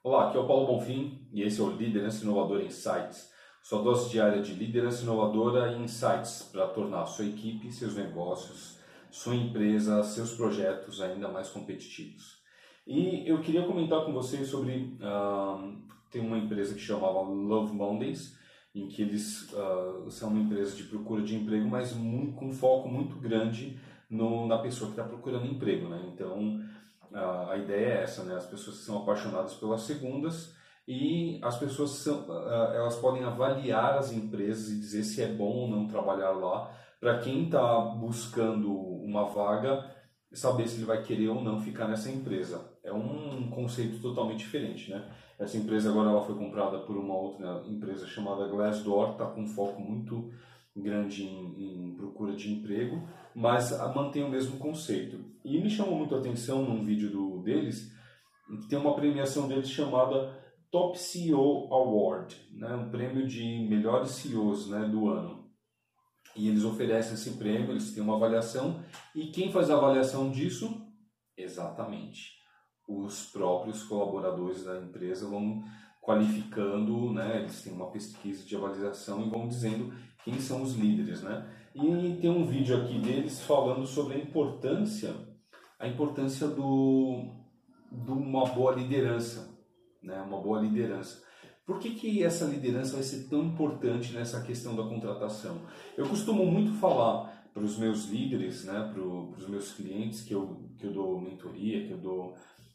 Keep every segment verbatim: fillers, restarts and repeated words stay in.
Olá, aqui é o Paulo Bonfim e esse é o Liderança Inovadora Insights, sua dose diária de liderança inovadora e insights para tornar a sua equipe, seus negócios, sua empresa, seus projetos ainda mais competitivos. E eu queria comentar com vocês sobre, uh, tem uma empresa que chamava Love Mondays, em que eles uh, são uma empresa de procura de emprego, mas muito, com um foco muito grande no, na pessoa que está procurando emprego, né? Então, a ideia é essa, né? As pessoas que são apaixonadas pelas segundas e as pessoas são, elas podem avaliar as empresas e dizer se é bom ou não trabalhar lá, para quem está buscando uma vaga, saber se ele vai querer ou não ficar nessa empresa. É um conceito totalmente diferente, né? Essa empresa agora ela foi comprada por uma outra empresa chamada Glassdoor, está com um foco muito grande em, em procura de emprego, mas mantém o mesmo conceito. E me chamou muito a atenção num vídeo do, deles, que tem uma premiação deles chamada Top C E O Award, né, um prêmio de melhores C E Os, né, do ano. E eles oferecem esse prêmio, eles têm uma avaliação, e quem faz a avaliação disso? Exatamente, os próprios colaboradores da empresa vão qualificando, né, eles têm uma pesquisa de avaliação e vão dizendo quem são os líderes, né? E tem um vídeo aqui deles falando sobre a importância, a importância do, de uma boa liderança, né? Uma boa liderança. Por que que essa liderança vai ser tão importante nessa questão da contratação? Eu costumo muito falar para os meus líderes, né, para os meus clientes que eu, que eu dou mentoria, que eu dou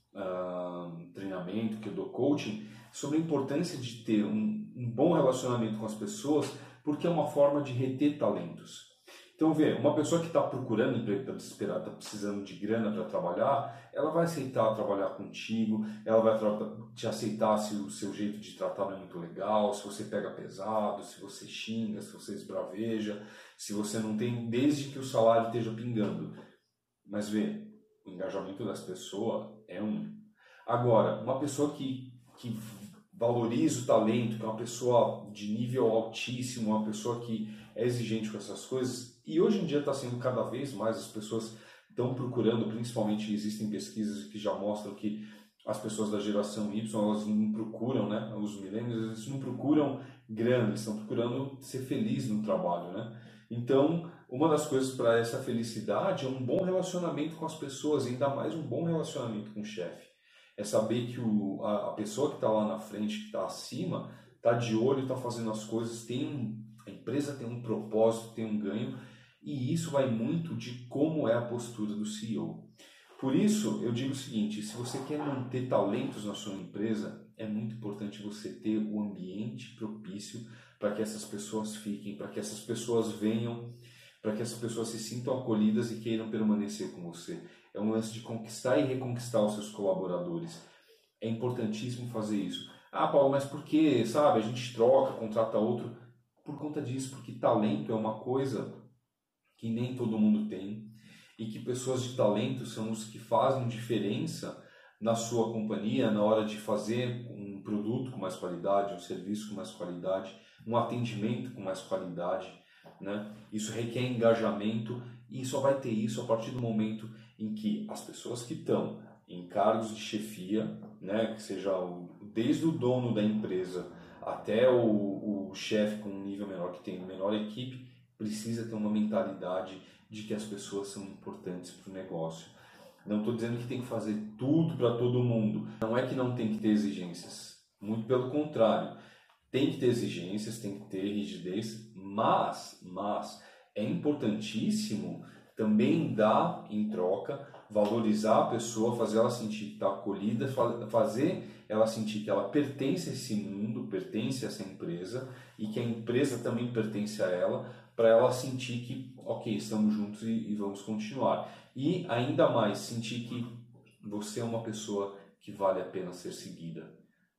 uh, treinamento, que eu dou coaching, sobre a importância de ter um, um bom relacionamento com as pessoas, porque é uma forma de reter talentos. Então, vê, uma pessoa que está procurando emprego, está desesperada, está precisando de grana para trabalhar, ela vai aceitar trabalhar contigo, ela vai te aceitar se o seu jeito de tratar não é muito legal, se você pega pesado, se você xinga, se você esbraveja, se você não tem, desde que o salário esteja pingando. Mas vê, o engajamento das pessoas é um. Agora, uma pessoa que, que valoriza o talento, que é uma pessoa de nível altíssimo, uma pessoa que é exigente com essas coisas, e hoje em dia está sendo cada vez mais, as pessoas estão procurando, principalmente existem pesquisas que já mostram que as pessoas da geração Y, elas não procuram, né, os millennials, eles não procuram grana, eles estão procurando ser felizes no trabalho, né? Então, uma das coisas para essa felicidade é um bom relacionamento com as pessoas, ainda mais um bom relacionamento com o chefe. É saber que o, a, a pessoa que está lá na frente, que está acima, está de olho, está fazendo as coisas, tem um, a empresa tem um propósito, tem um ganho, e isso vai muito de como é a postura do C E O. Por isso, eu digo o seguinte, se você quer manter talentos na sua empresa, é muito importante você ter o ambiente propício para que essas pessoas fiquem, para que essas pessoas venham, para que essas pessoas se sintam acolhidas e queiram permanecer com você. É um lance de conquistar e reconquistar os seus colaboradores. É importantíssimo fazer isso. Ah, Paulo, mas por que, sabe, a gente troca, contrata outro? Por conta disso, porque talento é uma coisa que nem todo mundo tem e que pessoas de talento são os que fazem diferença na sua companhia na hora de fazer um produto com mais qualidade, um serviço com mais qualidade, um atendimento com mais qualidade, né? Isso requer engajamento e só vai ter isso a partir do momento em que as pessoas que estão em cargos de chefia, né, que seja o, desde o dono da empresa até o, o chefe com um nível menor, que tem menor equipe, precisa ter uma mentalidade de que as pessoas são importantes para o negócio. Não estou dizendo que tem que fazer tudo para todo mundo. Não é que não tem que ter exigências. Muito pelo contrário. Tem que ter exigências, tem que ter rigidez, mas, mas é importantíssimo também dar em troca, valorizar a pessoa, fazer ela sentir que está acolhida, fazer ela sentir que ela pertence a esse mundo, pertence a essa empresa e que a empresa também pertence a ela, para ela sentir que, ok, estamos juntos e, e vamos continuar. E ainda mais, sentir que você é uma pessoa que vale a pena ser seguida.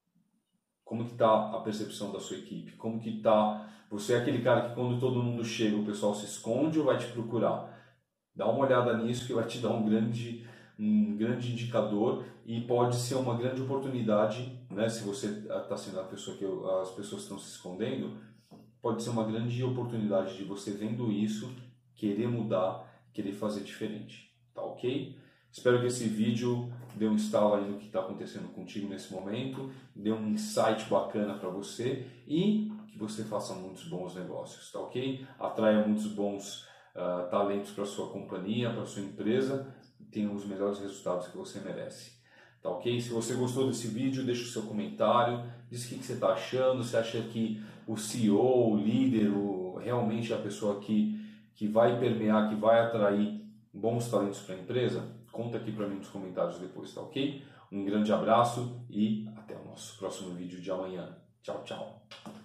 Como que está a percepção da sua equipe? Como que está... Você é aquele cara que quando todo mundo chega, o pessoal se esconde ou vai te procurar? Dá uma olhada nisso que vai te dar um grande, um grande indicador e pode ser uma grande oportunidade, né? Se você está sendo a pessoa que as pessoas estão se escondendo, pode ser uma grande oportunidade de você vendo isso, querer mudar, querer fazer diferente. Tá ok? Espero que esse vídeo dê um instalo aí no que está acontecendo contigo nesse momento, dê um insight bacana para você e que você faça muitos bons negócios, tá ok? Atraia muitos bons uh, talentos para sua companhia, para sua empresa e tenha os melhores resultados que você merece. Tá ok? Se você gostou desse vídeo, deixa o seu comentário, diz o que você está achando, se acha que o C E O, o líder, o, realmente a pessoa que, que vai permear, que vai atrair bons talentos para a empresa, conta aqui para mim nos comentários depois, tá ok? Um grande abraço e até o nosso próximo vídeo de amanhã. Tchau, tchau!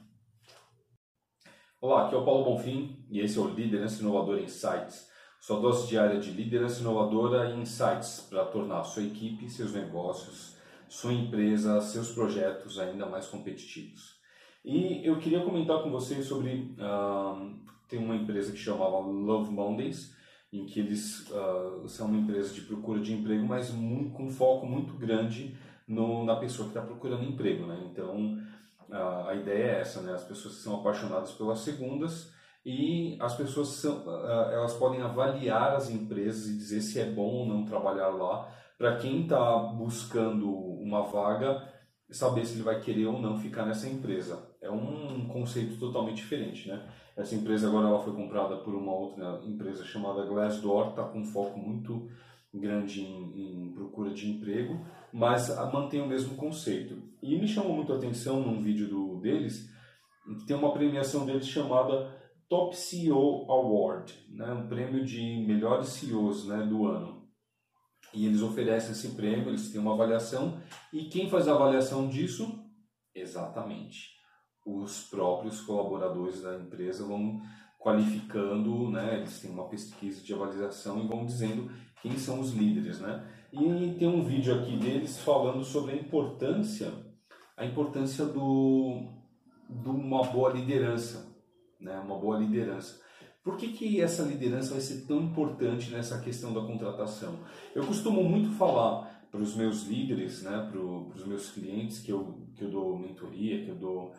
Olá, aqui é o Paulo Bonfim e esse é o Liderança Inovadora Insights. Sua dose diária de liderança inovadora e insights para tornar a sua equipe, seus negócios, sua empresa, seus projetos ainda mais competitivos. E eu queria comentar com vocês sobre, uh, tem uma empresa que chamava Love Mondays, em que eles uh, são uma empresa de procura de emprego, mas muito, com foco muito grande no, na pessoa que está procurando emprego, né? Então, uh, a ideia é essa, né? As pessoas que são apaixonadas pelas segundas, e as pessoas são, elas podem avaliar as empresas e dizer se é bom ou não trabalhar lá, para quem está buscando uma vaga, saber se ele vai querer ou não ficar nessa empresa. É um conceito totalmente diferente, né? Essa empresa agora ela foi comprada por uma outra empresa chamada Glassdoor, está com um foco muito grande em, em procura de emprego, mas mantém o mesmo conceito. E me chamou muito a atenção num vídeo do, deles, que tem uma premiação deles chamada Top C E O Award, né, um prêmio de melhores C E Os, né, do ano. E eles oferecem esse prêmio, eles têm uma avaliação, e quem faz a avaliação disso? Exatamente, os próprios colaboradores da empresa vão qualificando, né, eles têm uma pesquisa de avaliação e vão dizendo quem são os líderes, né? E tem um vídeo aqui deles falando sobre a importância, a importância do, de uma boa liderança. Né, uma boa liderança. Por que, que essa liderança vai ser tão importante nessa questão da contratação? Eu costumo muito falar para os meus líderes, né, para os meus clientes que eu, que eu dou mentoria, que eu dou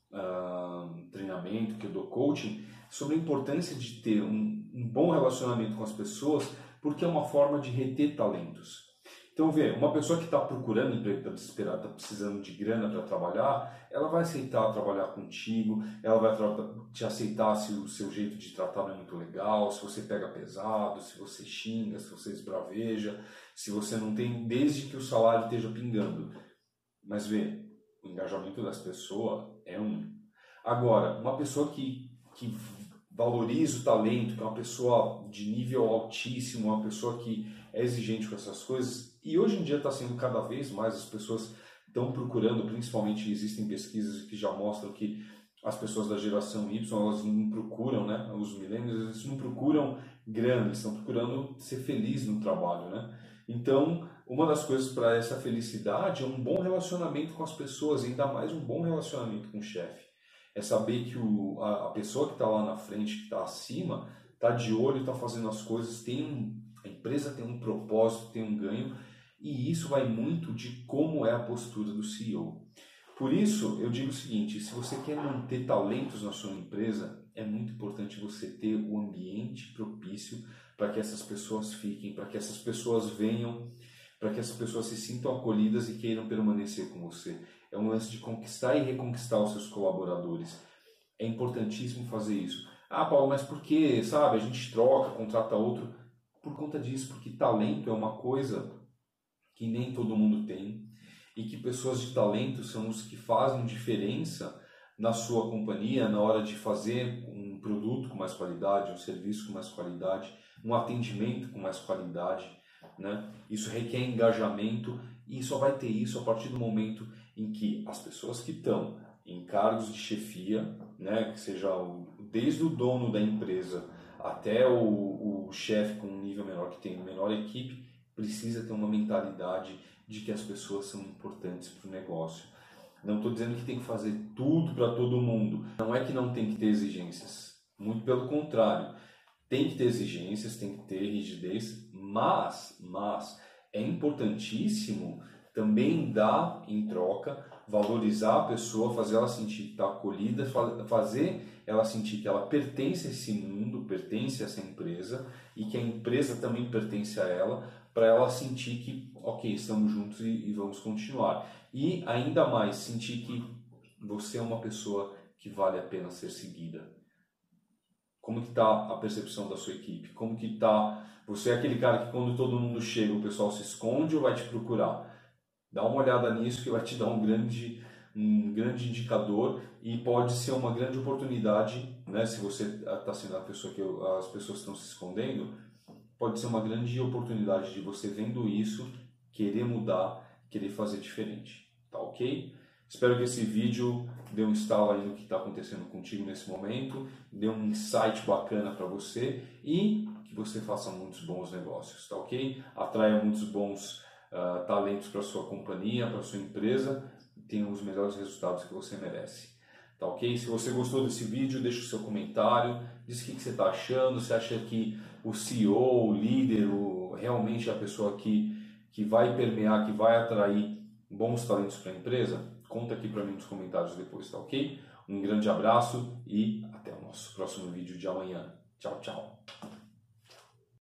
uh, treinamento, que eu dou coaching, sobre a importância de ter um, um bom relacionamento com as pessoas, porque é uma forma de reter talentos. Então, vê, uma pessoa que está procurando emprego, está desesperada, está precisando de grana para trabalhar, ela vai aceitar trabalhar contigo, ela vai te aceitar se o seu jeito de tratar não é muito legal, se você pega pesado, se você xinga, se você esbraveja, se você não tem, desde que o salário esteja pingando. Mas, vê, o engajamento das pessoas é um. Agora, uma pessoa que, que valoriza o talento, que é uma pessoa de nível altíssimo, uma pessoa que é exigente com essas coisas, e hoje em dia está sendo cada vez mais, as pessoas estão procurando, principalmente existem pesquisas que já mostram que as pessoas da geração Y, elas não procuram, né, os millennials, eles não procuram grana, eles estão procurando ser felizes no trabalho, né? Então, uma das coisas para essa felicidade é um bom relacionamento com as pessoas, ainda mais um bom relacionamento com o chefe. É saber que o, a, a pessoa que está lá na frente, que está acima, está de olho, está fazendo as coisas, tem um, a empresa tem um propósito, tem um ganho, e isso vai muito de como é a postura do C E O. Por isso, eu digo o seguinte, se você quer manter talentos na sua empresa, é muito importante você ter o ambiente propício para que essas pessoas fiquem, para que essas pessoas venham, para que essas pessoas se sintam acolhidas e queiram permanecer com você. É um lance de conquistar e reconquistar os seus colaboradores. É importantíssimo fazer isso. Ah, Paulo, mas por que, sabe, a gente troca, contrata outro? Por conta disso, porque talento é uma coisa que nem todo mundo tem e que pessoas de talento são os que fazem diferença na sua companhia na hora de fazer um produto com mais qualidade, um serviço com mais qualidade, um atendimento com mais qualidade, né? Isso requer engajamento e só vai ter isso a partir do momento em que as pessoas que estão em cargos de chefia, né, que seja o, desde o dono da empresa até o, o chefe com um nível menor, que tem menor equipe, precisa ter uma mentalidade de que as pessoas são importantes para o negócio. Não estou dizendo que tem que fazer tudo para todo mundo. Não é que não tem que ter exigências. Muito pelo contrário. Tem que ter exigências, tem que ter rigidez, mas, mas é importantíssimo também dar em troca, valorizar a pessoa, fazer ela sentir que está acolhida, fazer ela sentir que ela pertence a esse mundo, pertence a essa empresa e que a empresa também pertence a ela, para ela sentir que, ok, estamos juntos e, e vamos continuar. E ainda mais, sentir que você é uma pessoa que vale a pena ser seguida. Como que está a percepção da sua equipe? Como que está... Você é aquele cara que quando todo mundo chega, o pessoal se esconde ou vai te procurar? Dá uma olhada nisso que vai te dar um grande, um grande indicador e pode ser uma grande oportunidade, né? Se você está sendo a pessoa que as pessoas estão se escondendo, pode ser uma grande oportunidade de você, vendo isso, querer mudar, querer fazer diferente, tá ok? Espero que esse vídeo dê um estalo aí no que está acontecendo contigo nesse momento, dê um insight bacana para você e que você faça muitos bons negócios, tá ok? Atraia muitos bons uh, talentos para sua companhia, para sua empresa e tenha os melhores resultados que você merece, tá ok? Se você gostou desse vídeo, deixa o seu comentário, diz o que, que você está achando, você acha que o C E O, o líder, o, realmente a pessoa que, que vai permear, que vai atrair bons talentos para a empresa? Conta aqui para mim nos comentários depois, tá ok? Um grande abraço e até o nosso próximo vídeo de amanhã. Tchau, tchau!